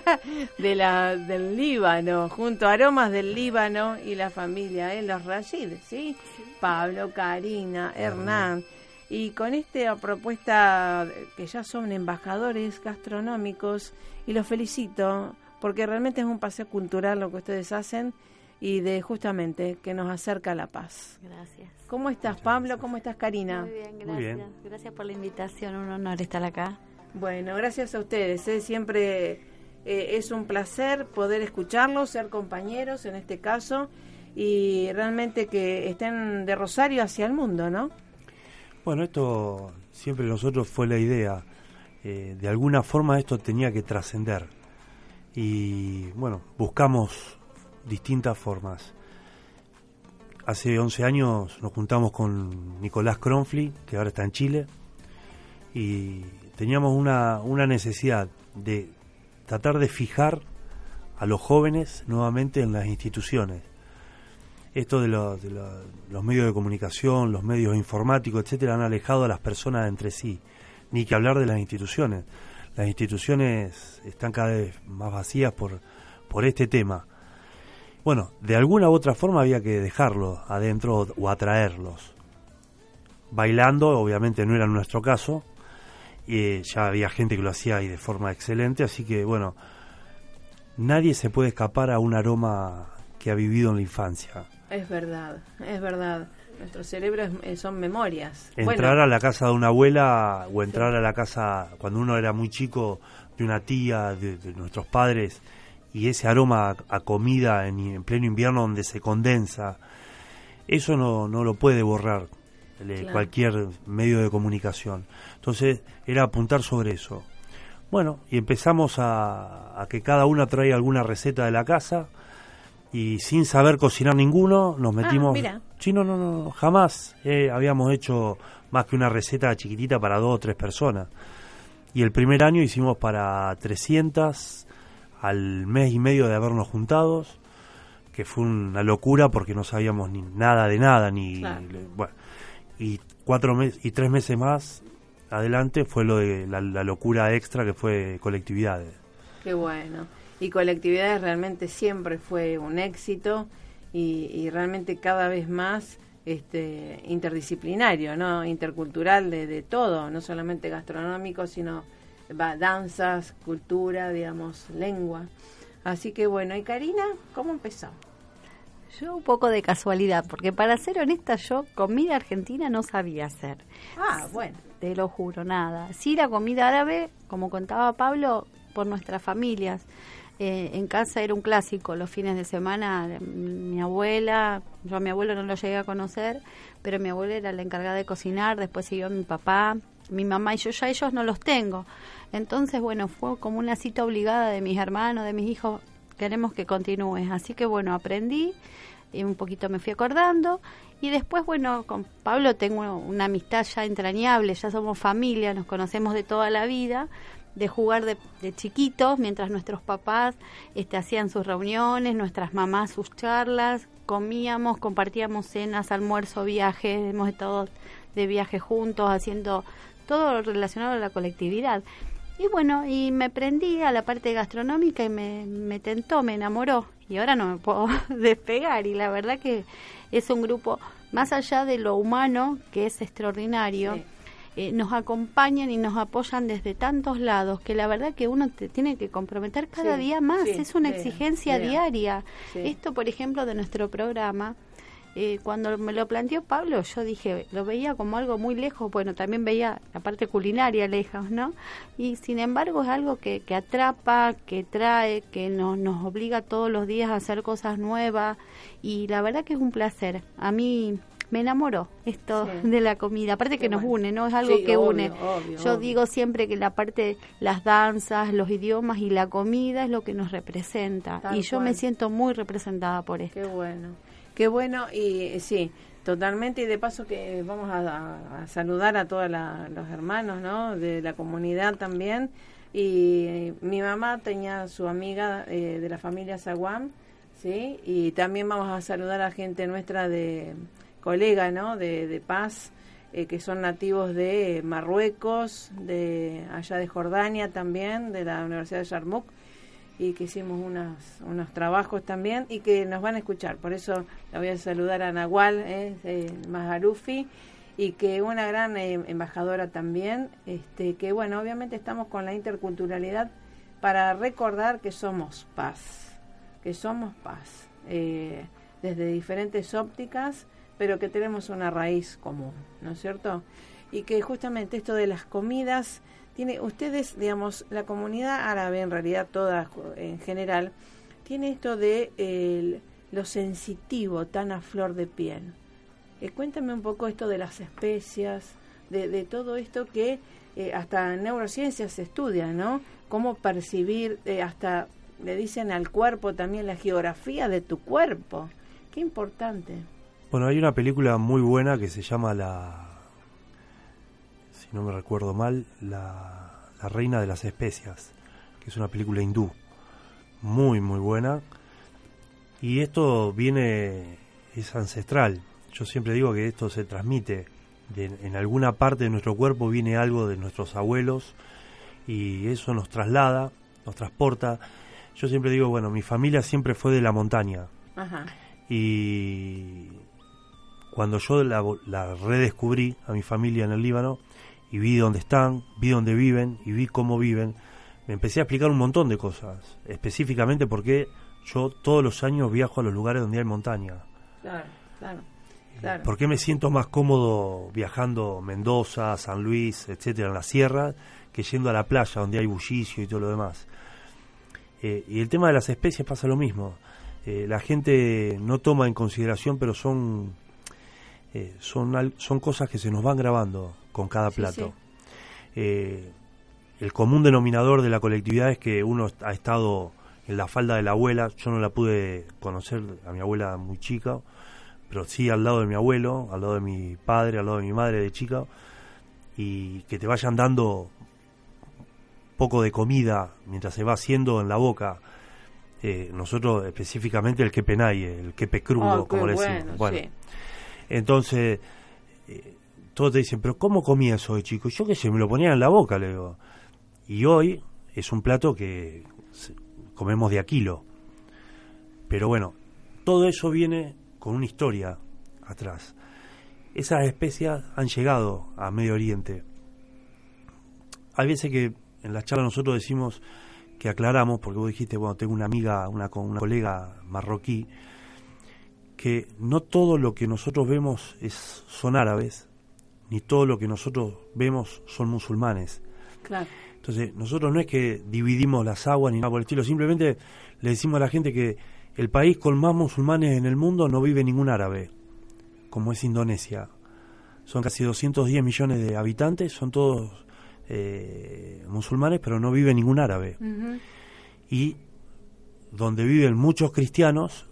del Líbano, junto a Aromas del Líbano y la familia, los Rashid, ¿sí? Pablo, Karina, Hernán. Y con esta propuesta, que ya son embajadores gastronómicos, y los felicito, porque realmente es un paseo cultural lo que ustedes hacen, y de justamente que nos acerca a la paz. Gracias. ¿Cómo estás, Pablo? ¿Cómo estás, Karina? Muy bien, gracias. Muy bien. Gracias por la invitación, un honor estar acá. Bueno, gracias a ustedes. Siempre es un placer poder escucharlos, ser compañeros en este caso, y realmente que estén de Rosario hacia el mundo, ¿no? Bueno, esto siempre nosotros fue la idea. De alguna forma esto tenía que trascender. Y bueno, buscamos distintas formas. hace 11 años nos juntamos con Nicolás Kronfli, que ahora está en Chile, y teníamos una necesidad de tratar de fijar a los jóvenes nuevamente en las instituciones. Esto de los medios de comunicación, los medios informáticos, etcétera, han alejado a las personas entre sí. Ni que hablar de las instituciones. Las instituciones están cada vez más vacías por este tema. Bueno, de alguna u otra forma había que dejarlos adentro o atraerlos. Bailando, obviamente no era nuestro caso, y ya había gente que lo hacía y de forma excelente, así que bueno, nadie se puede escapar a un aroma que ha vivido en la infancia. Es verdad, es verdad. Nuestros cerebros son memorias. Entrar a la casa de una abuela o entrar a la casa, cuando uno era muy chico, de una tía, de nuestros padres, y ese aroma a comida en pleno invierno donde se condensa, eso no lo puede borrar claro, cualquier medio de comunicación. Entonces era apuntar sobre eso. Bueno, y empezamos a que cada uno traía alguna receta de la casa, y sin saber cocinar ninguno nos metimos. Mira. Sí, no, jamás habíamos hecho más que una receta chiquitita para 2 o 3 personas, y el primer año hicimos para 300 al mes y medio de habernos juntados, que fue una locura porque no sabíamos ni nada de nada, bueno, y 3 meses más adelante fue lo de la locura extra que fue Colectividades. Qué bueno. Y Colectividades realmente siempre fue un éxito y realmente cada vez más interdisciplinario, ¿no? Intercultural de todo, no solamente gastronómico, sino danzas, cultura, digamos, lengua. Así que bueno, ¿y Karina, cómo empezó? Yo un poco de casualidad, porque para ser honesta yo comida argentina no sabía hacer. Bueno. Te lo juro, nada. Sí, la comida árabe, como contaba Pablo, por nuestras familias. En casa era un clásico, los fines de semana, mi abuela, yo a mi abuelo no lo llegué a conocer, pero mi abuela era la encargada de cocinar, después siguió mi papá, mi mamá, y yo ya ellos no los tengo. Entonces, bueno, fue como una cita obligada de mis hermanos, de mis hijos, queremos que continúes. Así que, bueno, aprendí, y un poquito me fui acordando, y después, bueno, con Pablo tengo una amistad ya entrañable, ya somos familia, nos conocemos de toda la vida, de jugar de chiquitos, mientras nuestros papás hacían sus reuniones, nuestras mamás sus charlas, comíamos, compartíamos cenas, almuerzo, viajes, hemos estado de viaje juntos, haciendo todo relacionado a la colectividad. Y bueno, y me prendí a la parte gastronómica y me tentó, me enamoró, y ahora no me puedo despegar, y la verdad que es un grupo, más allá de lo humano, que es extraordinario. Sí. Nos acompañan y nos apoyan desde tantos lados que la verdad que uno te tiene que comprometer cada día más, es una exigencia diaria. Sí. Esto, por ejemplo, de nuestro programa, cuando me lo planteó Pablo, yo dije, lo veía como algo muy lejos, bueno, también veía la parte culinaria lejos, ¿no? Y sin embargo es algo que atrapa, que trae, que nos obliga todos los días a hacer cosas nuevas, y la verdad que es un placer. A mí me enamoró esto de la comida, aparte que nos une, ¿no? Es algo que une. Yo digo siempre que la parte, las danzas, los idiomas y la comida es lo que nos representa. Tal y yo me siento muy representada por esto. Qué bueno, y sí, totalmente. Y de paso que vamos a saludar a todos los hermanos, ¿no? De la comunidad también. Y mi mamá tenía su amiga de la familia Zaguán, ¿sí? Y también vamos a saludar a gente nuestra colega, ¿no? De Paz, que son nativos de Marruecos, de allá de Jordania también, de la Universidad de Yarmouk, y que hicimos unos trabajos también y que nos van a escuchar. Por eso la voy a saludar a Nahual Maharufi, y que una gran embajadora también, que bueno, obviamente estamos con la interculturalidad para recordar que somos paz, desde diferentes ópticas, pero que tenemos una raíz común, ¿no es cierto? Y que justamente esto de las comidas, ustedes, digamos, la comunidad árabe, en realidad toda en general, tiene esto de lo sensitivo tan a flor de piel. Cuéntame un poco esto de las especias, de todo esto que hasta en neurociencias se estudia, ¿no? Cómo percibir, hasta le dicen al cuerpo también la geografía de tu cuerpo. Qué importante. Bueno, hay una película muy buena que se llama si no me recuerdo mal, la Reina de las Especias, que es una película hindú, muy muy buena, y esto es ancestral. Yo siempre digo que esto se transmite, en alguna parte de nuestro cuerpo viene algo de nuestros abuelos, y eso nos traslada, nos transporta. Yo siempre digo, bueno, mi familia siempre fue de la montaña. Ajá. Y cuando yo la redescubrí a mi familia en el Líbano y vi dónde están, vi dónde viven y vi cómo viven, me empecé a explicar un montón de cosas, específicamente porque yo todos los años viajo a los lugares donde hay montaña. Claro. ¿Por qué me siento más cómodo viajando Mendoza, San Luis, etcétera, en la sierra, que yendo a la playa donde hay bullicio y todo lo demás? Y el tema de las especies pasa lo mismo. La gente no toma en consideración, pero son cosas que se nos van grabando con cada plato. Sí. El común denominador de la colectividad es que uno ha estado en la falda de la abuela. Yo no la pude conocer, a mi abuela muy chica, pero sí al lado de mi abuelo, al lado de mi padre, al lado de mi madre de chica, y que te vayan dando poco de comida mientras se va haciendo en la boca. Nosotros específicamente el quepenaye, el quepe crudo, como le decimos. Bueno, sí. Entonces todos te dicen, pero ¿cómo comía eso de chico? Yo qué sé, me lo ponía en la boca, le digo. Y hoy es un plato que comemos de a kilo. Pero bueno, todo eso viene con una historia atrás. Esas especias han llegado a Medio Oriente. Hay veces que en la charla nosotros decimos, que aclaramos, porque vos dijiste, bueno, tengo una amiga, una colega marroquí, que no todo lo que nosotros vemos son árabes, ni todo lo que nosotros vemos son musulmanes. Claro. Entonces, nosotros no es que dividimos las aguas ni nada por el estilo, simplemente le decimos a la gente que el país con más musulmanes en el mundo no vive ningún árabe, como es Indonesia. Son casi 210 millones de habitantes, son todos musulmanes, pero no vive ningún árabe. Uh-huh. Y donde viven muchos cristianos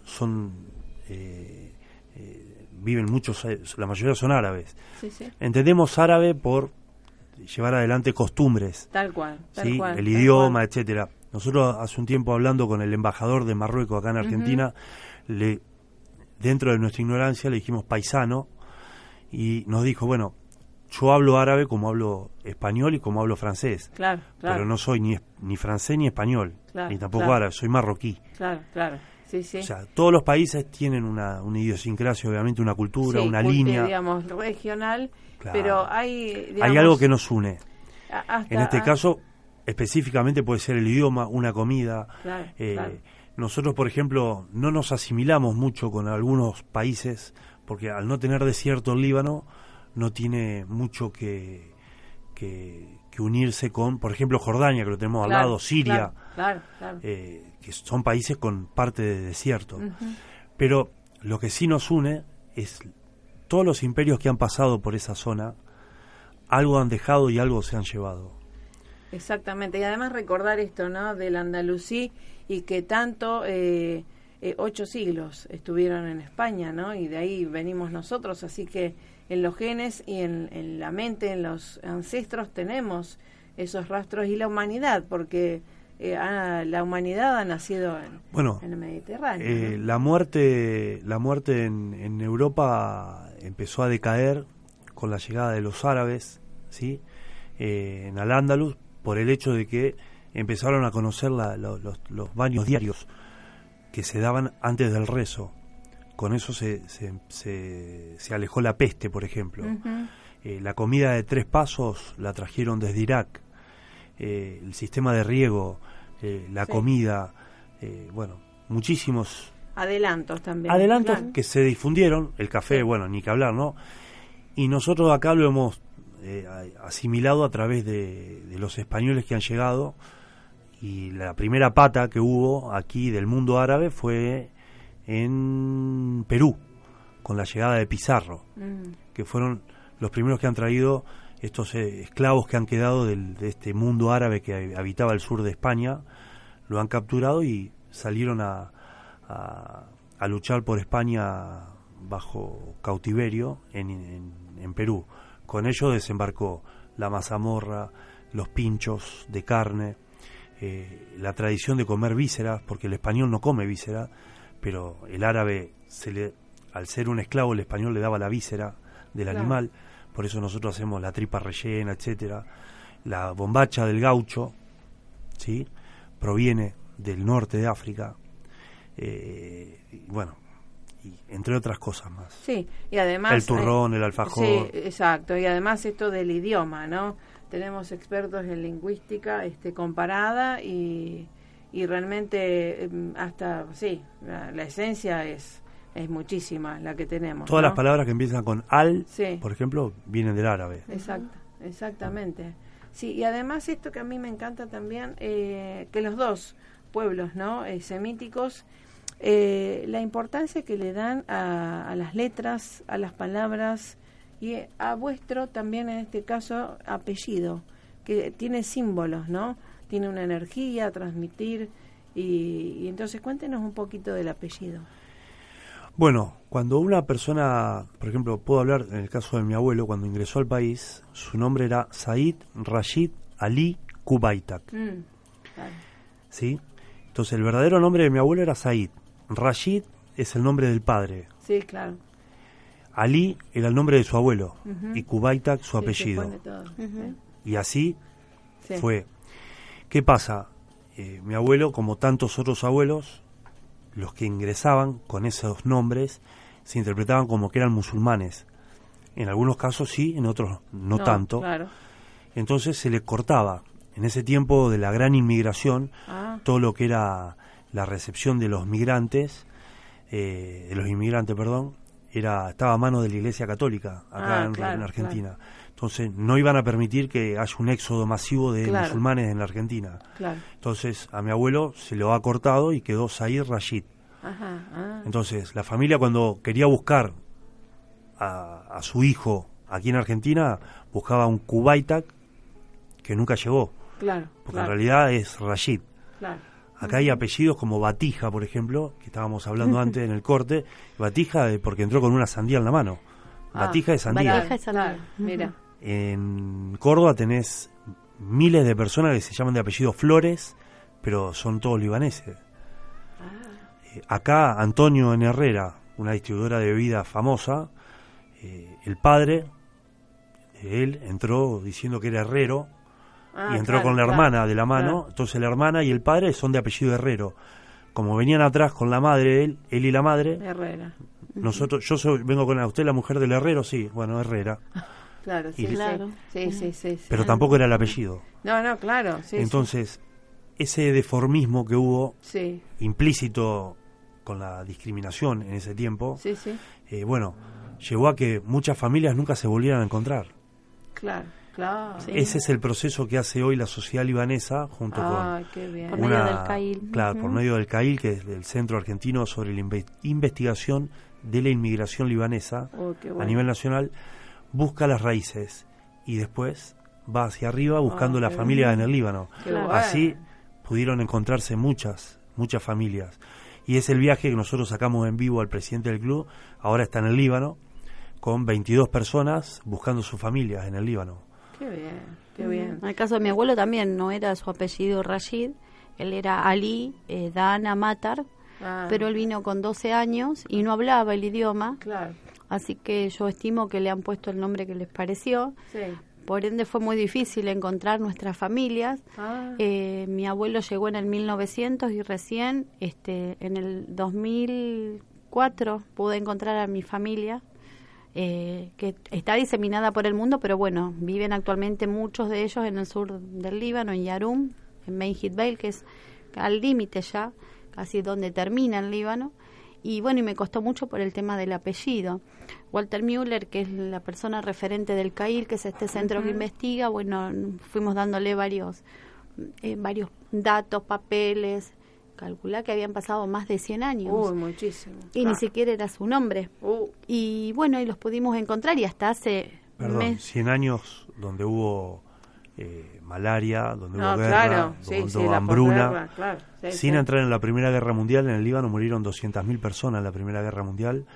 viven muchos, la mayoría son árabes. Sí, sí. Entendemos árabe por llevar adelante costumbres, tal cual, ¿sí? Cual, el idioma, etcétera. Nosotros hace un tiempo, hablando con el embajador de Marruecos acá en Argentina, uh-huh, dentro de nuestra ignorancia le dijimos paisano, y nos dijo, bueno, yo hablo árabe como hablo español y como hablo francés. Claro. Pero no soy ni francés ni español, ni tampoco árabe, soy marroquí. Claro. Sí. O sea, todos los países tienen una idiosincrasia, obviamente, una cultura, una línea, digamos, regional, claro, pero hay algo que nos une. En este caso, específicamente puede ser el idioma, una comida. Claro. Nosotros, por ejemplo, no nos asimilamos mucho con algunos países, porque al no tener desierto el Líbano, no tiene mucho que unirse con, por ejemplo, Jordania, que lo tenemos al lado, Siria, claro. Que son países con parte de desierto. Uh-huh. Pero lo que sí nos une es todos los imperios que han pasado por esa zona, algo han dejado y algo se han llevado. Exactamente, y además recordar esto, ¿no?, del andalusí, y que tanto 8 siglos estuvieron en España, ¿no?, y de ahí venimos nosotros, así que en los genes y en la mente, en los ancestros tenemos esos rastros, y la humanidad, porque la humanidad ha nacido en el Mediterráneo, ¿no? La muerte en Europa empezó a decaer con la llegada de los árabes, ¿sí?, en Al-Ándalus, por el hecho de que empezaron a conocer los baños diarios que se daban antes del rezo. Con eso se alejó la peste, por ejemplo. Uh-huh. La comida de 3 pasos la trajeron desde Irak. El sistema de riego, la comida, muchísimos adelantos también. Adelantos, claro, que se difundieron. El café, ni que hablar, ¿no? Y nosotros acá lo hemos asimilado a través de los españoles que han llegado, y la primera pata que hubo aquí del mundo árabe fue en Perú, con la llegada de Pizarro, que fueron los primeros que han traído estos esclavos que han quedado de este mundo árabe que habitaba el sur de España. Lo han capturado y salieron a luchar por España bajo cautiverio en Perú. Con ellos desembarcó la mazamorra, los pinchos de carne, la tradición de comer vísceras, porque el español no come víscera, pero el árabe, al ser un esclavo, el español le daba la víscera del animal, por eso nosotros hacemos la tripa rellena, etcétera. La bombacha del gaucho, ¿sí?, proviene del norte de África, bueno, y entre otras cosas más. Sí, y además... El turrón, el alfajor. Sí, exacto, y además esto del idioma, ¿no? Tenemos expertos en lingüística comparada y realmente hasta, sí, la esencia es muchísima la que tenemos. Todas ¿no? las palabras que empiezan con al, sí, por ejemplo, vienen del árabe. Exactamente. Sí, y además esto que a mí me encanta también, que los dos pueblos, ¿no?, semíticos, la importancia que le dan a las letras, a las palabras y a vuestro también en este caso apellido, que tiene símbolos, ¿no? Tiene una energía a transmitir y entonces cuéntenos un poquito del apellido. Bueno, cuando una persona, por ejemplo, puedo hablar en el caso de mi abuelo, cuando ingresó al país, su nombre era Said Rashid Ali Kubaitak. Claro. ¿Sí? Entonces el verdadero nombre de mi abuelo era Said. Rashid es el nombre del padre. Sí, claro. Ali era el nombre de su abuelo y Kubaitak su apellido. Se pone todo. Y así fue. ¿Qué pasa? Mi abuelo, como tantos otros abuelos, los que ingresaban con esos nombres se interpretaban como que eran musulmanes. En algunos casos sí, en otros no tanto. Claro. Entonces se les cortaba. En ese tiempo de la gran inmigración, todo lo que era la recepción de los migrantes, estaba a mano de la Iglesia Católica acá en Argentina. Claro. Entonces no iban a permitir que haya un éxodo masivo de musulmanes en la Argentina. Claro. Entonces a mi abuelo se lo ha cortado y quedó Said Rashid. Entonces la familia, cuando quería buscar a su hijo aquí en Argentina, buscaba un Kubaitak que nunca llegó. Claro. Porque en realidad es Rashid. Claro. Acá hay apellidos como Batija, por ejemplo, que estábamos hablando antes en el corte. Batija porque entró con una sandía en la mano. Batija es sandía. Batija es sandía. Claro. Mira. En Córdoba tenés miles de personas que se llaman de apellido Flores, pero son todos libaneses. Acá Antonio N. Herrera, una distribuidora de bebidas famosa, el padre de él entró diciendo que era herrero y entró con la hermana de la mano. Entonces la hermana y el padre son de apellido Herrero. Como venían atrás con la madre de él y la madre, Herrera. Vengo con usted, la mujer del herrero, sí, bueno, Herrera. Claro, sí, claro. Sí. Pero tampoco era el apellido. No, claro. Sí, entonces, ese deformismo que hubo, implícito con la discriminación en ese tiempo, bueno, llevó a que muchas familias nunca se volvieran a encontrar. Claro. Ese es el proceso que hace hoy la sociedad libanesa junto con por medio del CAIL. Claro, por medio del CAIL, que es el Centro Argentino sobre la Investigación de la Inmigración Libanesa a nivel nacional, busca las raíces y después va hacia arriba buscando la familia en el Líbano. Así pudieron encontrarse muchas familias. Y es el viaje que nosotros sacamos en vivo al presidente del club, ahora está en el Líbano, con 22 personas buscando sus familias en el Líbano. Qué bien. En el caso de mi abuelo también no era su apellido Rashid, él era Ali Dana Matar, pero él vino con 12 años y no hablaba el idioma. Claro. Así que yo estimo que le han puesto el nombre que les pareció. Sí. Por ende fue muy difícil encontrar nuestras familias. Mi abuelo llegó en el 1900 y recién en el 2004 pude encontrar a mi familia, que está diseminada por el mundo, pero bueno, viven actualmente muchos de ellos en el sur del Líbano, en Yarum, en Meinhit Beil, que es al límite ya, casi donde termina el Líbano. Y bueno, y me costó mucho por el tema del apellido. Walter Müller, que es la persona referente del CAIL, que es este centro que investiga, bueno, fuimos dándole varios datos, papeles. Calculá que habían pasado más de 100 años. Muchísimo. Y ni siquiera era su nombre. Y bueno, y los pudimos encontrar y hasta hace... 100 años donde hubo malaria, donde hubo guerra, donde hubo hambruna. Sin entrar en la Primera Guerra Mundial, en el Líbano murieron 200.000 personas en la Primera Guerra Mundial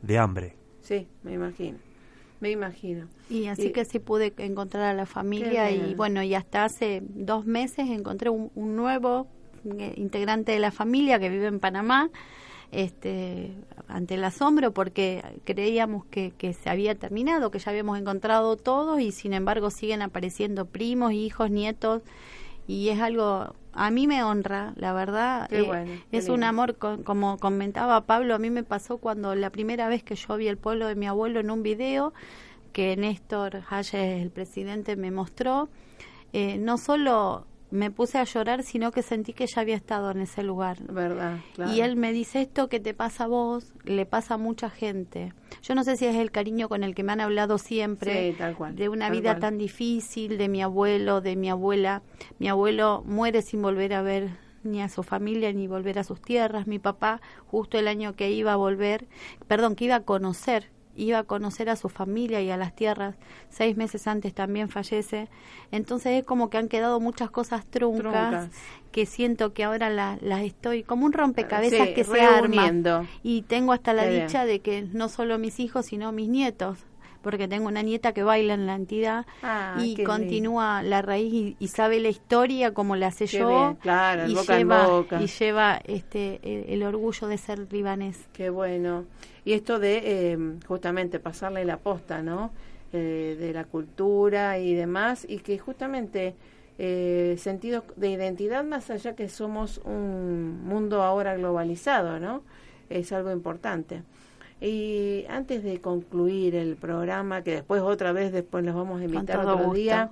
de hambre. Sí, me imagino. Me imagino. Y así que sí pude encontrar a la familia y bueno, y hasta hace 2 meses encontré un nuevo integrante de la familia que vive en Panamá, ante el asombro porque creíamos que se había terminado, que ya habíamos encontrado todos y sin embargo siguen apareciendo primos, hijos, nietos y es algo, a mí me honra, la verdad. Es un amor, como comentaba Pablo, a mí me pasó cuando la primera vez que yo vi el pueblo de mi abuelo en un video que Néstor Hayes, el presidente, me mostró, no solo me puse a llorar, sino que sentí que ya había estado en ese lugar. Verdad, claro. Y él me dice, esto que te pasa a vos, le pasa a mucha gente. Yo no sé si es el cariño con el que me han hablado siempre, sí, tal cual, de una vida tan difícil, de mi abuelo, de mi abuela. Mi abuelo muere sin volver a ver ni a su familia, ni volver a sus tierras. Mi papá, justo el año que iba a conocer a su familia y a las tierras, 6 meses antes también fallece. Entonces es como que han quedado muchas cosas truncas. Que siento que ahora las estoy como un rompecabezas que se arma y tengo hasta la dicha de que no solo mis hijos sino mis nietos, porque tengo una nieta que baila en la entidad y continúa la raíz y sabe la historia como la sé yo, bien, claro, y boca en boca. Y lleva el orgullo de ser libanés. Qué bueno. Y esto de justamente pasarle la posta, ¿no? De la cultura y demás, y que justamente sentido de identidad, más allá que somos un mundo ahora globalizado, ¿no? Es algo importante. Y antes de concluir el programa, que después después los vamos a invitar otro día,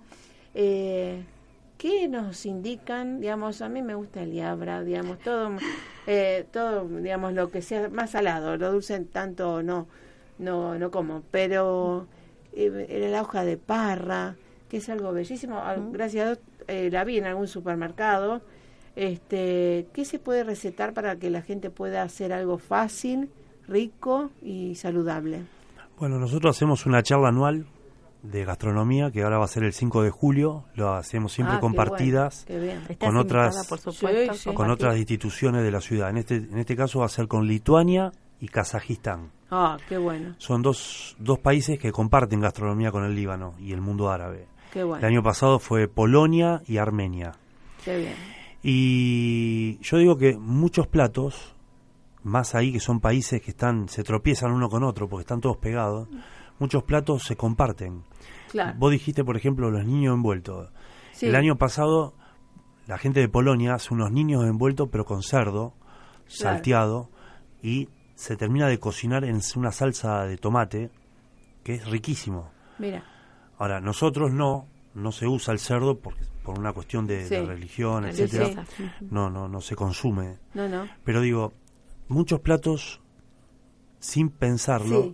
¿qué nos indican? Digamos, a mí me gusta el yabra, digamos, todo, digamos, lo que sea más salado, lo dulce tanto no como, pero la hoja de parra, que es algo bellísimo, gracias a Dios la vi en algún supermercado. ¿Qué se puede recetar para que la gente pueda hacer algo fácil, rico y saludable? Bueno, nosotros hacemos una charla anual de gastronomía que ahora va a ser el 5 de julio, lo hacemos siempre compartidas con otras con otras instituciones de la ciudad. En este caso va a ser con Lituania y Kazajistán. Qué bueno. Son dos países que comparten gastronomía con el Líbano y el mundo árabe. Qué bueno. El año pasado fue Polonia y Armenia. Qué bien. Y yo digo que muchos platos, más ahí que son países que se tropiezan uno con otro porque están todos pegados, muchos platos se comparten. Claro. Vos dijiste, por ejemplo, los niños envueltos. Sí. El año pasado, la gente de Polonia hace unos niños envueltos, pero con cerdo, salteado, y se termina de cocinar en una salsa de tomate, que es riquísimo. Mira. Ahora, nosotros no se usa el cerdo por una cuestión de religión, etcétera. No se consume. No. Pero digo, muchos platos, sin pensarlo,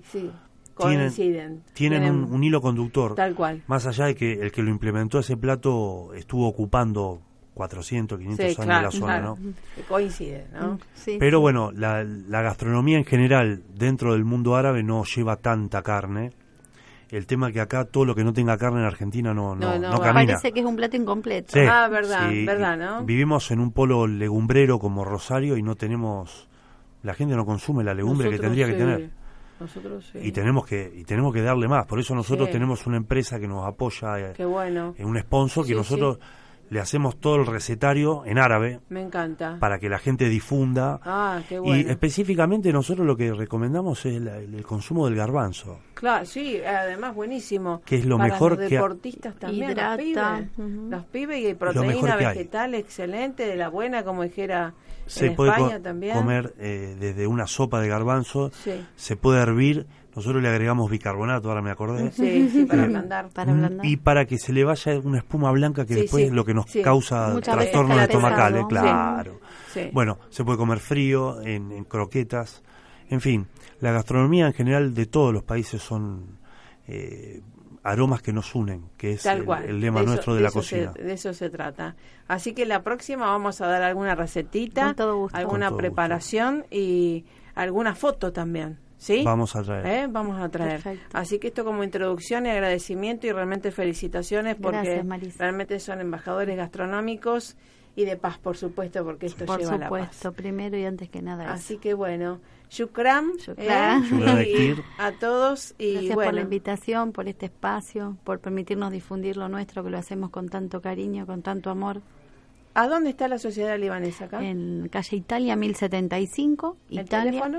tienen un hilo conductor. Tal cual. Más allá de que el que lo implementó ese plato estuvo ocupando 400, 500 años la zona, ¿no? Coincide, ¿no? Pero bueno, la gastronomía en general dentro del mundo árabe no lleva tanta carne. El tema que acá todo lo que no tenga carne en Argentina no camina. Parece que es un plato incompleto. Sí, verdad, ¿no? Vivimos en un polo legumbrero como Rosario y no tenemos, la gente no consume la legumbre que tendría que tener. Nosotros sí. Y tenemos que darle más. Por eso nosotros tenemos una empresa que nos apoya, Qué bueno. en un sponsor que nosotros le hacemos todo el recetario en árabe. Me encanta. Para que la gente difunda. Qué bueno. Y específicamente nosotros lo que recomendamos es el consumo del garbanzo. Claro, sí, además buenísimo. Que es lo para mejor los deportistas también, hidrata. Los pibes y proteína vegetal excelente, de la buena, como dijera se en puede España también. comer desde una sopa de garbanzo, se puede hervir. Nosotros le agregamos bicarbonato, ahora me acordé. Sí, para ablandar. Y para que se le vaya una espuma blanca que después es lo que nos causa muchas trastornos estomacales, claro. Sí. Bueno, se puede comer frío, en croquetas. En fin, la gastronomía en general de todos los países son aromas que nos unen, que es el lema nuestro de la cocina. De eso se trata. Así que la próxima vamos a dar alguna recetita, alguna preparación y alguna foto también. ¿Sí? Vamos a traer. Vamos a traer. Perfecto. Así que esto como introducción y agradecimiento y realmente felicitaciones porque Gracias, realmente son embajadores gastronómicos y de paz, por supuesto, porque esto lleva la paz. Por supuesto, primero y antes que nada. Así que bueno, Shukran, Shukran. y a todos. Y gracias bueno, por la invitación, por este espacio, por permitirnos difundir lo nuestro, que lo hacemos con tanto cariño, con tanto amor. ¿A dónde está la Sociedad Libanesa acá? En calle Italia 1075, ¿El Italia. teléfono?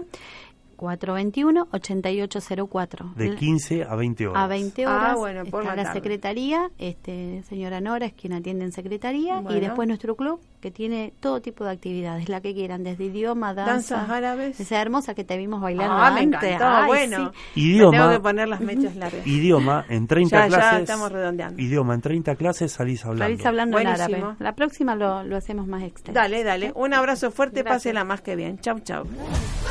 421-8804. De 15 a 20 horas. A 20 horas bueno, por está la la tarde. secretaría, señora Nora es quien atiende en secretaría, Bueno. y después nuestro club, que tiene todo tipo de actividades, la que quieran, desde idioma, danza. Danzas árabes. Esa hermosa que te vimos bailando Me antes. encantó, Ay, bueno. sí. Idioma. Me tengo que poner las mechas largas. Idioma, en 30 Ya clases. estamos redondeando. Idioma, en 30 clases salís hablando. Salís hablando en Buenísimo. árabe. La próxima lo hacemos más extenso. Dale, un abrazo fuerte, Gracias. pásela más que bien. Chau, chau.